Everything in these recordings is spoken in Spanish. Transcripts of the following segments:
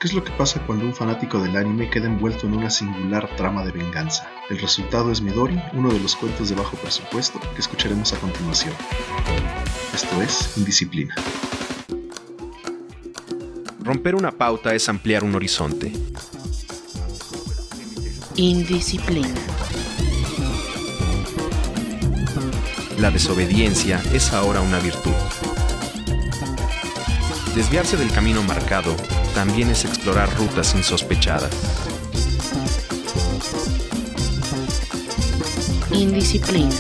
¿Qué es lo que pasa cuando un fanático del anime queda envuelto en una singular trama de venganza? El resultado es Midori, uno de los cuentos de bajo presupuesto que escucharemos a continuación. Esto es Indisciplina. Romper una pauta es ampliar un horizonte. Indisciplina. La desobediencia es ahora una virtud. Desviarse del camino marcado también es explorar rutas insospechadas. Indisciplina.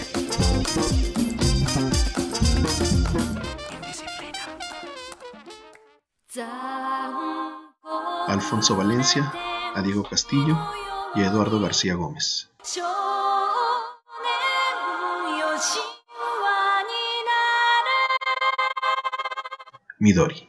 A Alfonso Valencia, a Diego Castillo y a Eduardo García Gómez. Midori.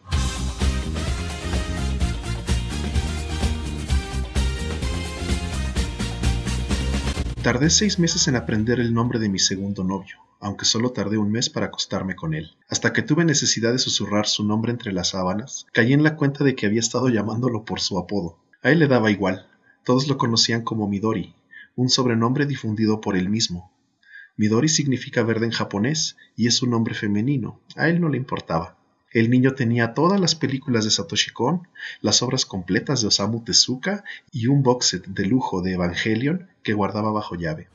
Tardé 6 meses en aprender el nombre de mi segundo novio, aunque solo tardé un mes para acostarme con él. Hasta que tuve necesidad de susurrar su nombre entre las sábanas, caí en la cuenta de que había estado llamándolo por su apodo. A él le daba igual, todos lo conocían como Midori, un sobrenombre difundido por él mismo. Midori significa verde en japonés y es un nombre femenino, a él no le importaba. El niño tenía todas las películas de Satoshi Kon, las obras completas de Osamu Tezuka y un box set de lujo de Evangelion que guardaba bajo llave.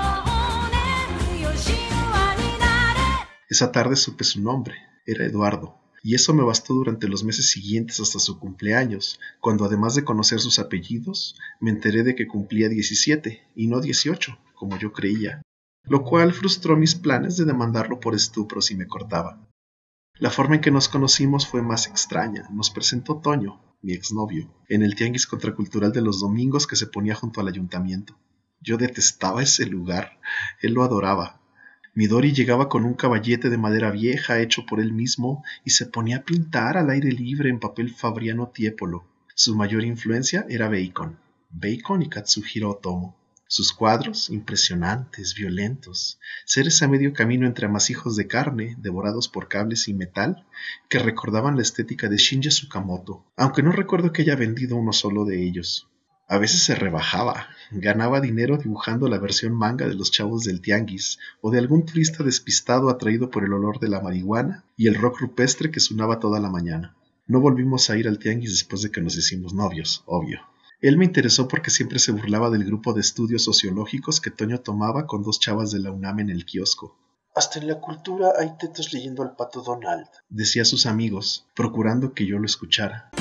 Esa tarde supe su nombre, era Eduardo, y eso me bastó durante los meses siguientes hasta su cumpleaños, cuando además de conocer sus apellidos, me enteré de que cumplía 17 y no 18, como yo creía, lo cual frustró mis planes de demandarlo por estupro si me cortaba. La forma en que nos conocimos fue más extraña. Nos presentó Toño, mi exnovio, en el tianguis contracultural de los domingos que se ponía junto al ayuntamiento. Yo detestaba ese lugar, él lo adoraba. Midori llegaba con un caballete de madera vieja hecho por él mismo y se ponía a pintar al aire libre en papel fabriano tiepolo. Su mayor influencia era Bacon y Katsuhiro Otomo. Sus cuadros, impresionantes, violentos, seres a medio camino entre amasijos de carne, devorados por cables y metal, que recordaban la estética de Shinji Tsukamoto, aunque no recuerdo que haya vendido uno solo de ellos. A veces se rebajaba, ganaba dinero dibujando la versión manga de los chavos del tianguis, o de algún turista despistado atraído por el olor de la marihuana y el rock rupestre que sonaba toda la mañana. No volvimos a ir al tianguis después de que nos hicimos novios, obvio. Él me interesó porque siempre se burlaba del grupo de estudios sociológicos que Toño tomaba con 2 chavas de la UNAM en el kiosco. «Hasta en la cultura hay tetos leyendo al Pato Donald», decía a sus amigos, procurando que yo lo escuchara.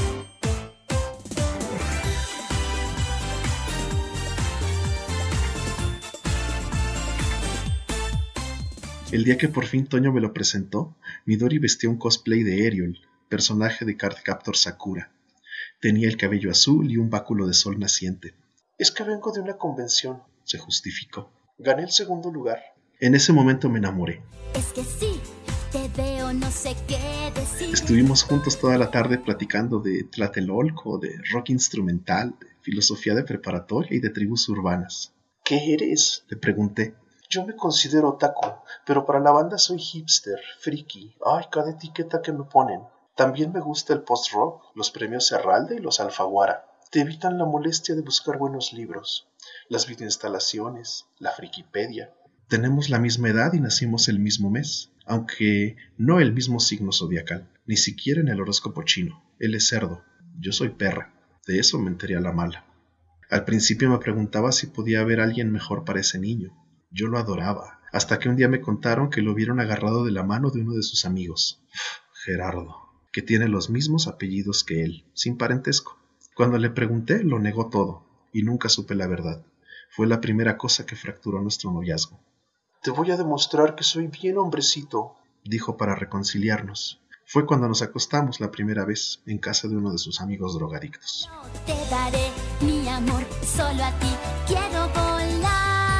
El día que por fin Toño me lo presentó, Midori vestía un cosplay de Ariel, personaje de Cardcaptor Sakura. Tenía el cabello azul y un báculo de sol naciente. «Es que vengo de una convención», se justificó. «Gané el segundo lugar». En ese momento me enamoré. Es que sí, te veo, no sé qué decir. Estuvimos juntos toda la tarde platicando de Tlatelolco, de rock instrumental, de filosofía de preparatoria y de tribus urbanas. «¿Qué eres?», le pregunté. «Yo me considero otaku, pero para la banda soy hipster, friki. Ay, cada etiqueta que me ponen. También me gusta el post-rock, los premios Herralde y los Alfaguara. Te evitan la molestia de buscar buenos libros, las videoinstalaciones, la frikipedia. Tenemos la misma edad y nacimos el mismo mes, aunque no el mismo signo zodiacal, ni siquiera en el horóscopo chino. Él es cerdo, yo soy perra. De eso me enteré a la mala. Al principio me preguntaba si podía haber alguien mejor para ese niño. Yo lo adoraba, hasta que un día me contaron que lo vieron agarrado de la mano de uno de sus amigos, Gerardo, que tiene los mismos apellidos que él, sin parentesco. Cuando le pregunté, lo negó todo, y nunca supe la verdad. Fue la primera cosa que fracturó nuestro noviazgo. «Te voy a demostrar que soy bien hombrecito», dijo para reconciliarnos. Fue cuando nos acostamos la primera vez en casa de uno de sus amigos drogadictos. Te daré mi amor, solo a ti quiero volar.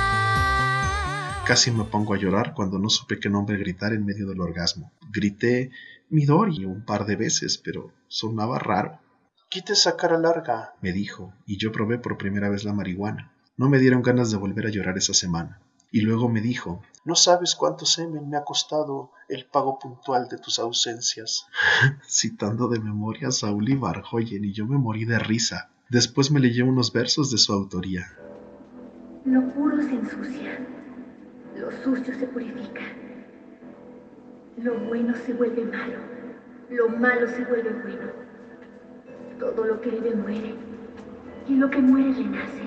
Casi me pongo a llorar cuando no supe qué nombre gritar en medio del orgasmo. Grité Midori un par de veces, pero sonaba raro. «Quita esa cara larga», me dijo, y yo probé por primera vez la marihuana. No me dieron ganas de volver a llorar esa semana. Y luego me dijo: no sabes cuánto semen me ha costado el pago puntual de tus ausencias. Citando de memoria a Saúl Ibargüen, y yo me morí de risa. Después me leyó unos versos de su autoría. Lo puro se ensucia, lo sucio se purifica, lo bueno se vuelve malo, lo malo se vuelve bueno. Todo lo que vive muere, y lo que muere renace.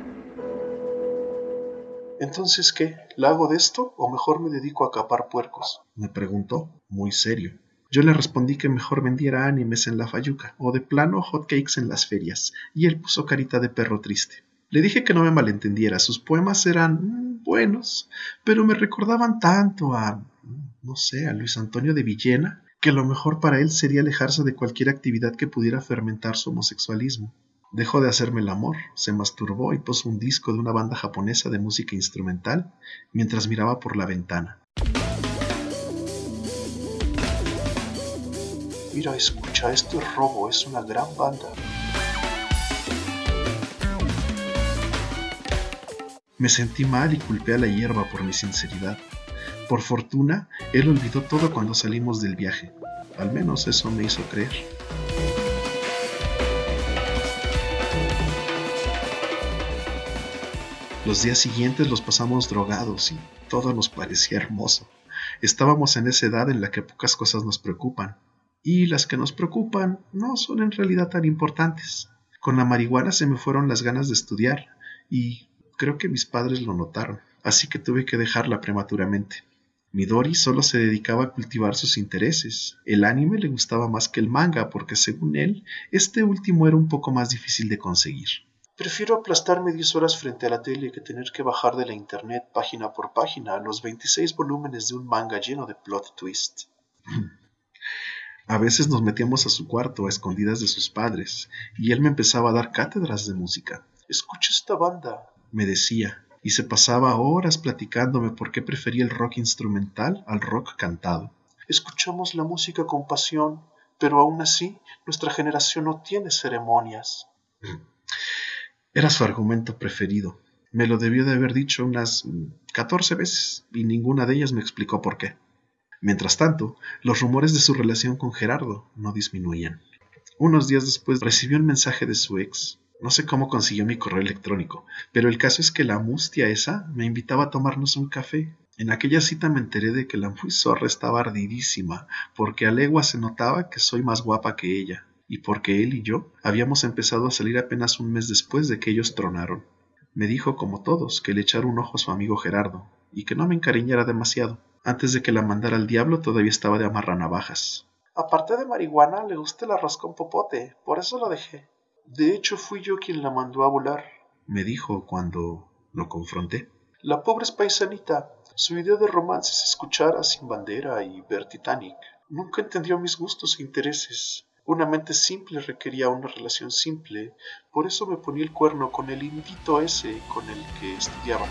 ¿Entonces qué? ¿La hago de esto o mejor me dedico a capar puercos?, me preguntó, muy serio. Yo le respondí que mejor vendiera animes en la Fayuca, o de plano hotcakes en las ferias, y él puso carita de perro triste. Le dije que no me malentendiera, sus poemas eran buenos, pero me recordaban tanto a, no sé, a Luis Antonio de Villena, que lo mejor para él sería alejarse de cualquier actividad que pudiera fermentar su homosexualismo. Dejó de hacerme el amor, se masturbó y puso un disco de una banda japonesa de música instrumental mientras miraba por la ventana. Mira, escucha, esto es Robo, es una gran banda. Me sentí mal y culpé a la hierba por mi sinceridad. Por fortuna, él olvidó todo cuando salimos del viaje. Al menos eso me hizo creer. Los días siguientes los pasamos drogados y todo nos parecía hermoso. Estábamos en esa edad en la que pocas cosas nos preocupan. Y las que nos preocupan no son en realidad tan importantes. Con la marihuana se me fueron las ganas de estudiar y creo que mis padres lo notaron, así que tuve que dejarla prematuramente. Midori solo se dedicaba a cultivar sus intereses. El anime le gustaba más que el manga porque, según él, este último era un poco más difícil de conseguir. Prefiero aplastarme 10 horas frente a la tele que tener que bajar de la internet página por página los 26 volúmenes de un manga lleno de plot twist. A veces nos metíamos a su cuarto a escondidas de sus padres y él me empezaba a dar cátedras de música. Escucha esta banda, me decía, y se pasaba horas platicándome por qué prefería el rock instrumental al rock cantado. Escuchamos la música con pasión, pero aún así nuestra generación no tiene ceremonias. Era su argumento preferido. Me lo debió de haber dicho unas 14 veces y ninguna de ellas me explicó por qué. Mientras tanto, los rumores de su relación con Gerardo no disminuían. Unos días después recibió un mensaje de su ex. No sé cómo consiguió mi correo electrónico, pero el caso es que la mustia esa me invitaba a tomarnos un café. En aquella cita me enteré de que la muy zorra estaba ardidísima, porque a legua se notaba que soy más guapa que ella, y porque él y yo habíamos empezado a salir apenas un mes después de que ellos tronaron. Me dijo, como todos, que le echara un ojo a su amigo Gerardo, y que no me encariñara demasiado. Antes de que la mandara al diablo todavía estaba de amarranavajas. Aparte de marihuana, le gusta el arroz con popote, por eso lo dejé. De hecho, fui yo quien la mandó a volar, me dijo cuando lo confronté. La pobre es paisanita. Su idea de romance es escuchar a Sin Bandera y ver Titanic. Nunca entendió mis gustos e intereses. Una mente simple requería una relación simple, por eso me ponía el cuerno con el indito ese con el que estudiaba.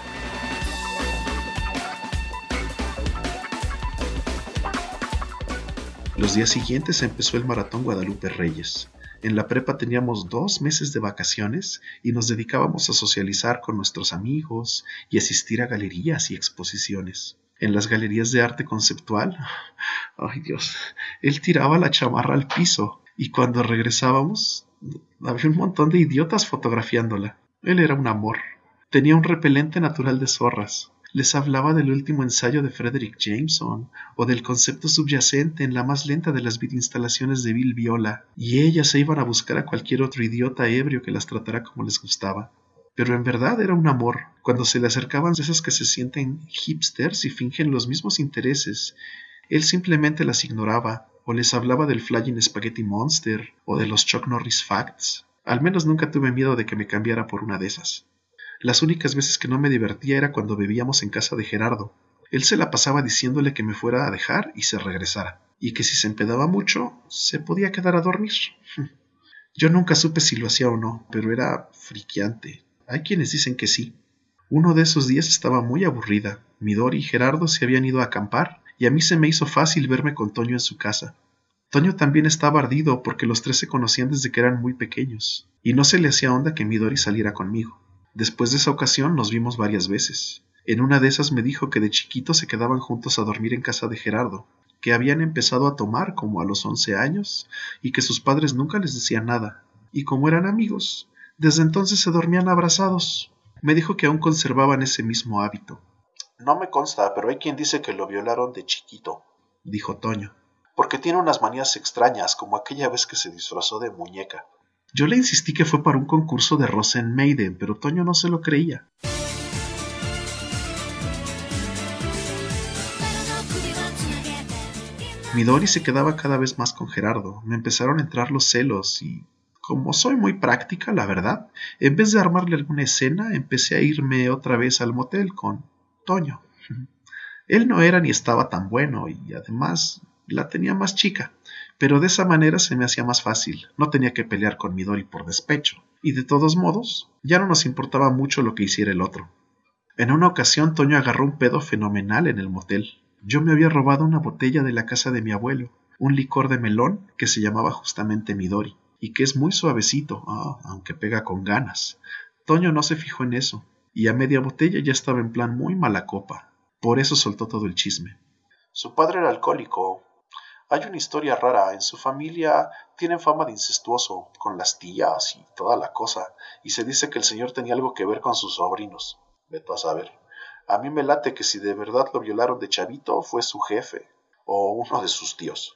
Los días siguientes empezó el maratón Guadalupe Reyes. En la prepa teníamos 2 meses de vacaciones y nos dedicábamos a socializar con nuestros amigos y asistir a galerías y exposiciones. En las galerías de arte conceptual, ¡ay Dios!, él tiraba la chamarra al piso y cuando regresábamos había un montón de idiotas fotografiándola. Él era un amor. Tenía un repelente natural de zorras. Les hablaba del último ensayo de Frederick Jameson o del concepto subyacente en la más lenta de las videoinstalaciones de Bill Viola, y ellas se iban a buscar a cualquier otro idiota ebrio que las tratara como les gustaba. Pero en verdad era un amor. Cuando se le acercaban esas que se sienten hipsters y fingen los mismos intereses, él simplemente las ignoraba o les hablaba del Flying Spaghetti Monster o de los Chuck Norris Facts. Al menos nunca tuve miedo de que me cambiara por una de esas. Las únicas veces que no me divertía era cuando bebíamos en casa de Gerardo. Él se la pasaba diciéndole que me fuera a dejar y se regresara, y que si se empedaba mucho, se podía quedar a dormir. Yo nunca supe si lo hacía o no, pero era friqueante. Hay quienes dicen que sí. Uno de esos días estaba muy aburrida. Midori y Gerardo se habían ido a acampar, y a mí se me hizo fácil verme con Toño en su casa. Toño también estaba ardido porque los 3 se conocían desde que eran muy pequeños, y no se le hacía onda que Midori saliera conmigo. Después de esa ocasión nos vimos varias veces. En una de esas me dijo que de chiquito se quedaban juntos a dormir en casa de Gerardo, que habían empezado a tomar como a los 11 años y que sus padres nunca les decían nada. Y como eran amigos, desde entonces se dormían abrazados. Me dijo que aún conservaban ese mismo hábito. No me consta, pero hay quien dice que lo violaron de chiquito, dijo Toño, porque tiene unas manías extrañas, como aquella vez que se disfrazó de muñeca. Yo le insistí que fue para un concurso de Rosen Maiden, pero Toño no se lo creía. Midori se quedaba cada vez más con Gerardo. Me empezaron a entrar los celos y, como soy muy práctica, la verdad, en vez de armarle alguna escena, empecé a irme otra vez al motel con Toño. Él no era ni estaba tan bueno y además la tenía más chica, pero de esa manera se me hacía más fácil. No tenía que pelear con Midori por despecho y de todos modos ya no nos importaba mucho lo que hiciera el otro. En una ocasión Toño agarró un pedo fenomenal en el motel. Yo me había robado una botella de la casa de mi abuelo, un licor de melón que se llamaba justamente Midori, y que es muy suavecito, aunque pega con ganas. Toño no se fijó en eso, y a media botella ya estaba en plan muy mala copa. Por eso soltó todo el chisme. Su padre era alcohólico. Hay una historia rara. En su familia tienen fama de incestuoso, con las tías y toda la cosa, y se dice que el señor tenía algo que ver con sus sobrinos. Vete a saber. A mí me late que si de verdad lo violaron de chavito fue su jefe o uno de sus tíos.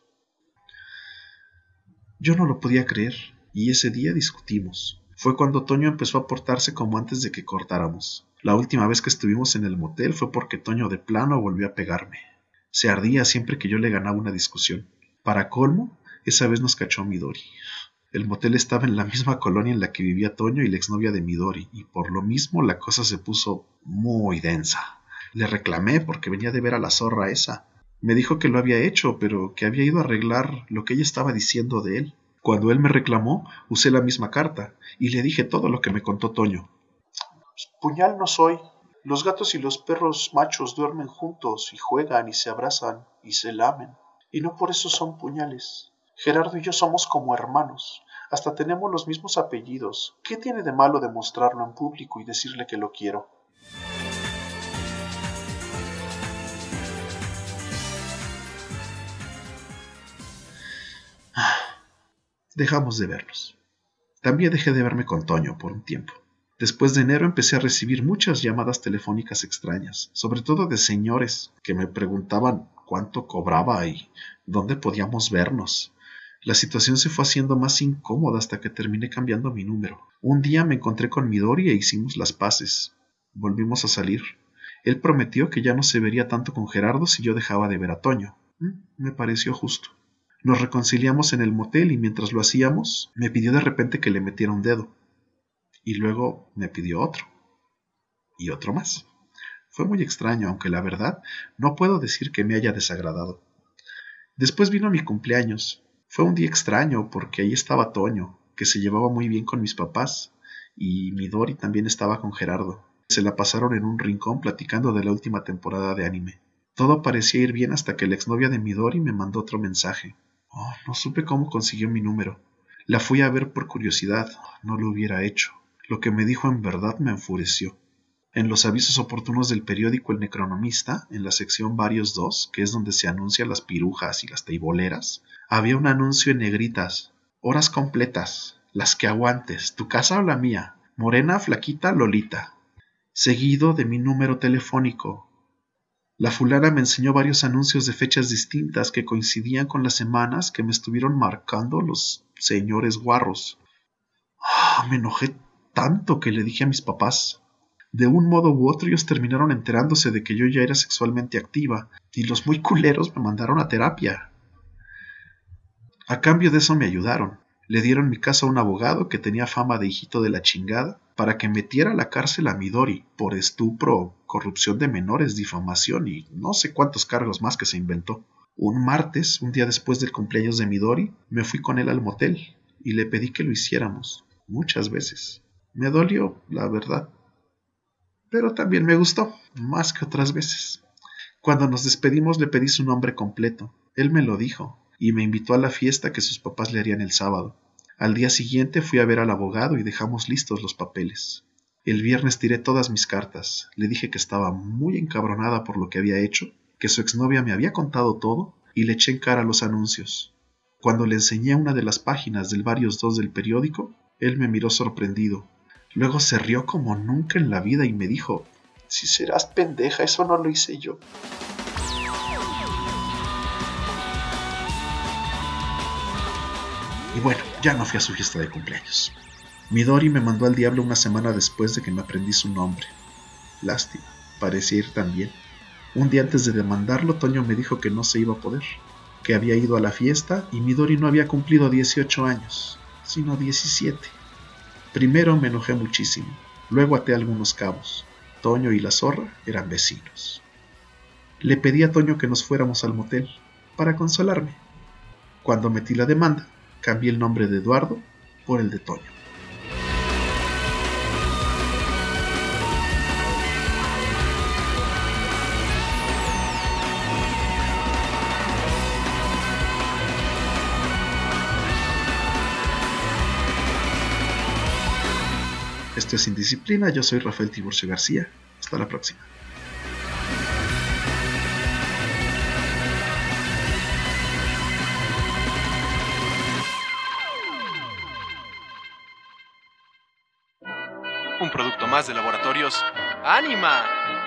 Yo no lo podía creer y ese día discutimos. Fue cuando Toño empezó a portarse como antes de que cortáramos. La última vez que estuvimos en el motel fue porque Toño de plano volvió a pegarme. Se ardía siempre que yo le ganaba una discusión. Para colmo, esa vez nos cachó Midori. El motel estaba en la misma colonia en la que vivía Toño y la exnovia de Midori, y por lo mismo la cosa se puso muy densa. Le reclamé porque venía de ver a la zorra esa. Me dijo que lo había hecho, pero que había ido a arreglar lo que ella estaba diciendo de él. Cuando él me reclamó, usé la misma carta, y le dije todo lo que me contó Toño. Puñal no soy. Los gatos y los perros machos duermen juntos y juegan y se abrazan y se lamen, y no por eso son puñales. Gerardo y yo somos como hermanos. Hasta tenemos los mismos apellidos. ¿Qué tiene de malo demostrarlo en público y decirle que lo quiero? Dejamos de vernos. También dejé de verme con Toño por un tiempo. Después de enero empecé a recibir muchas llamadas telefónicas extrañas, sobre todo de señores que me preguntaban cuánto cobraba y dónde podíamos vernos. La situación se fue haciendo más incómoda hasta que terminé cambiando mi número. Un día me encontré con Midori e hicimos las paces. Volvimos a salir. Él prometió que ya no se vería tanto con Gerardo si yo dejaba de ver a Toño. Me pareció justo. Nos reconciliamos en el motel y mientras lo hacíamos, me pidió de repente que le metiera un dedo. Y luego me pidió otro. Y otro más. Fue muy extraño, aunque la verdad no puedo decir que me haya desagradado. Después vino mi cumpleaños. Fue un día extraño porque ahí estaba Toño, que se llevaba muy bien con mis papás, y Midori también estaba con Gerardo. Se la pasaron en un rincón platicando de la última temporada de anime. Todo parecía ir bien hasta que la exnovia de Midori me mandó otro mensaje. No supe cómo consiguió mi número. La fui a ver por curiosidad. No lo hubiera hecho. Lo que me dijo en verdad me enfureció. En los avisos oportunos del periódico El Necronomista, en la sección Varios 2, que es donde se anuncian las pirujas y las teiboleras, había un anuncio en negritas. Horas completas, las que aguantes, tu casa o la mía, morena, flaquita, Lolita. Seguido de mi número telefónico. La fulana me enseñó varios anuncios de fechas distintas que coincidían con las semanas que me estuvieron marcando los señores guarros. Me enojé tanto que le dije a mis papás. De un modo u otro ellos terminaron enterándose de que yo ya era sexualmente activa y los muy culeros me mandaron a terapia. A cambio de eso me ayudaron. Le dieron mi casa a un abogado que tenía fama de hijito de la chingada para que metiera a la cárcel a Midori por estupro, corrupción de menores, difamación y no sé cuántos cargos más que se inventó. Un martes, un día después del cumpleaños de Midori, me fui con él al motel y le pedí que lo hiciéramos, muchas veces. Me dolió, la verdad. Pero también me gustó, más que otras veces. Cuando nos despedimos le pedí su nombre completo. Él me lo dijo y me invitó a la fiesta que sus papás le harían el sábado. Al día siguiente fui a ver al abogado y dejamos listos los papeles. El viernes tiré todas mis cartas, le dije que estaba muy encabronada por lo que había hecho, que su exnovia me había contado todo y le eché en cara los anuncios. Cuando le enseñé una de las páginas del Varios 2 del periódico, él me miró sorprendido. Luego se rió como nunca en la vida y me dijo: Si serás pendeja, eso no lo hice yo. Y bueno, ya no fui a su fiesta de cumpleaños. Midori me mandó al diablo una semana después de que me aprendí su nombre. Lástima, parecía ir tan bien. Un día antes de demandarlo, Toño me dijo que no se iba a poder, que había ido a la fiesta y Midori no había cumplido 18 años, sino 17. Primero me enojé muchísimo, luego até algunos cabos. Toño y la zorra eran vecinos. Le pedí a Toño que nos fuéramos al motel, para consolarme. Cuando metí la demanda, cambié el nombre de Eduardo por el de Toño. Esto es Indisciplina, yo soy Rafael Tiburcio García. Hasta la próxima. Un producto más de Laboratorios Ánima.